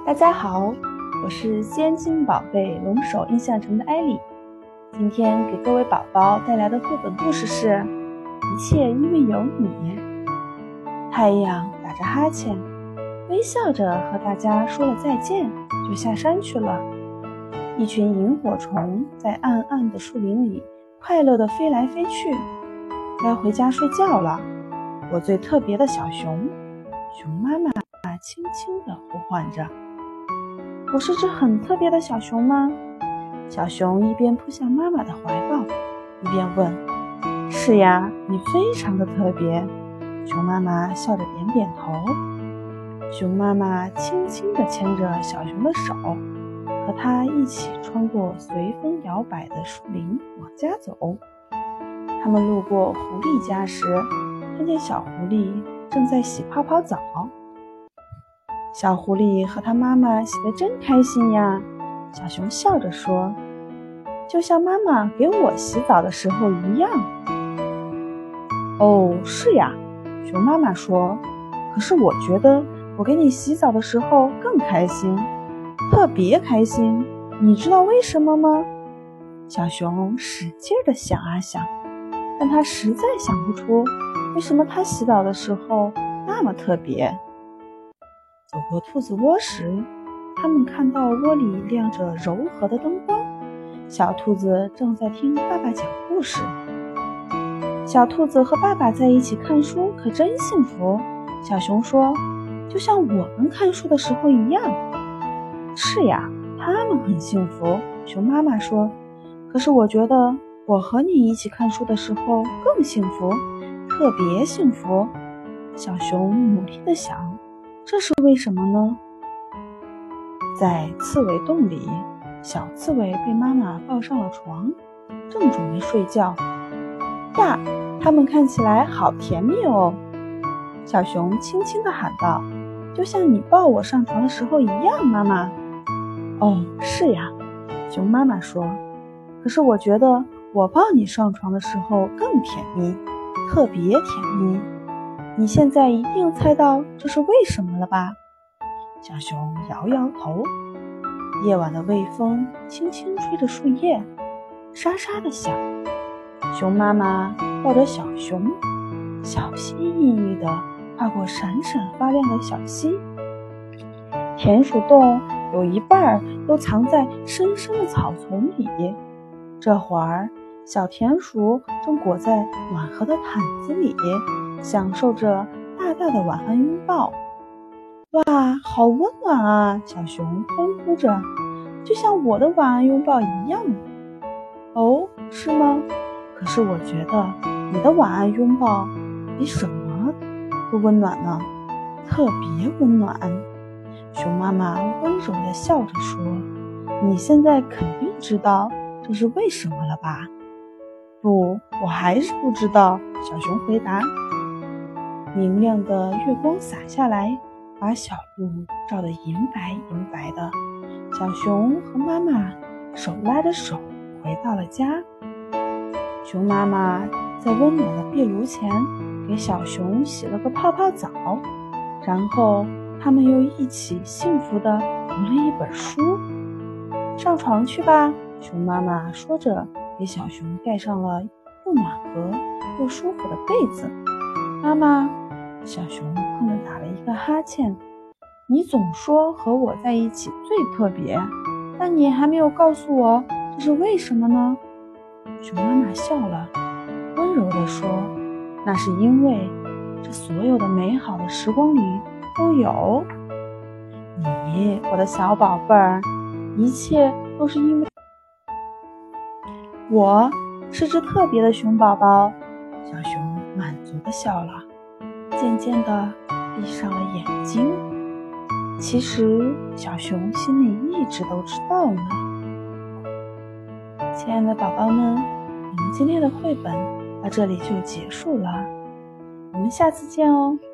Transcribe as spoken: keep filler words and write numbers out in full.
大家好，我是仙境宝贝龙首印象城的艾莉。今天给各位宝宝带来的绘本故事是《一切因为有你》。太阳打着哈欠，微笑着和大家说了再见，就下山去了。一群萤火虫在暗暗的树林里快乐地飞来飞去。该回家睡觉了，我最特别的小熊，熊妈妈轻轻地呼唤着。我是只很特别的小熊吗？小熊一边扑向妈妈的怀抱，一边问。是呀，你非常的特别。熊妈妈笑着点点头。熊妈妈轻轻地牵着小熊的手，和它一起穿过随风摇摆的树林往家走。他们路过狐狸家时，看见小狐狸正在洗泡泡澡。小狐狸和它妈妈洗得真开心呀，小熊笑着说，就像妈妈给我洗澡的时候一样。哦，是呀，熊妈妈说，可是我觉得我给你洗澡的时候更开心，特别开心，你知道为什么吗？小熊使劲地想啊想，但他实在想不出为什么他洗澡的时候那么特别。走过兔子窝时，他们看到窝里亮着柔和的灯光，小兔子正在听爸爸讲故事。小兔子和爸爸在一起看书可真幸福，小熊说，就像我们看书的时候一样。是呀，他们很幸福，熊妈妈说，可是我觉得我和你一起看书的时候更幸福，特别幸福。小熊努力地想，这是为什么呢？在刺猬洞里，小刺猬被妈妈抱上了床，正准备睡觉。呀，它们看起来好甜蜜哦！小熊轻轻地喊道，就像你抱我上床的时候一样，妈妈。哦，是呀，熊妈妈说，可是我觉得我抱你上床的时候更甜蜜，特别甜蜜。你现在一定猜到这是为什么了吧？小熊摇摇头。夜晚的微风轻轻吹着树叶，沙沙地响。熊妈妈抱着小熊，小心翼翼地跨过闪闪发亮的小溪。田鼠洞有一半都藏在深深的草丛里，这会儿小田鼠正裹在暖和的毯子里，享受着大大的晚安拥抱。哇，好温暖啊！小熊欢呼着，就像我的晚安拥抱一样。哦，是吗？可是我觉得你的晚安拥抱比什么都温暖呢，特别温暖。熊妈妈温柔地笑着说，你现在肯定知道这是为什么了吧？不，我还是不知道，小熊回答。明亮的月光洒下来，把小路照得银白银白的。小熊和妈妈手拉着手回到了家。熊妈妈在温暖的壁炉前给小熊洗了个泡泡澡，然后他们又一起幸福地读了一本书。上床去吧，熊妈妈说着给小熊盖上了又暖和又舒服的被子。妈妈，小熊困得打了一个哈欠，你总说和我在一起最特别，但你还没有告诉我这是为什么呢？熊妈妈笑了，温柔地说，那是因为这所有的美好的时光里都有你，我的小宝贝儿，一切都是因为我是只特别的熊宝宝。小熊满足地笑了，渐渐地闭上了眼睛。其实小熊心里一直都知道呢。亲爱的宝宝们，我们今天的绘本到这里就结束了，我们下次见哦。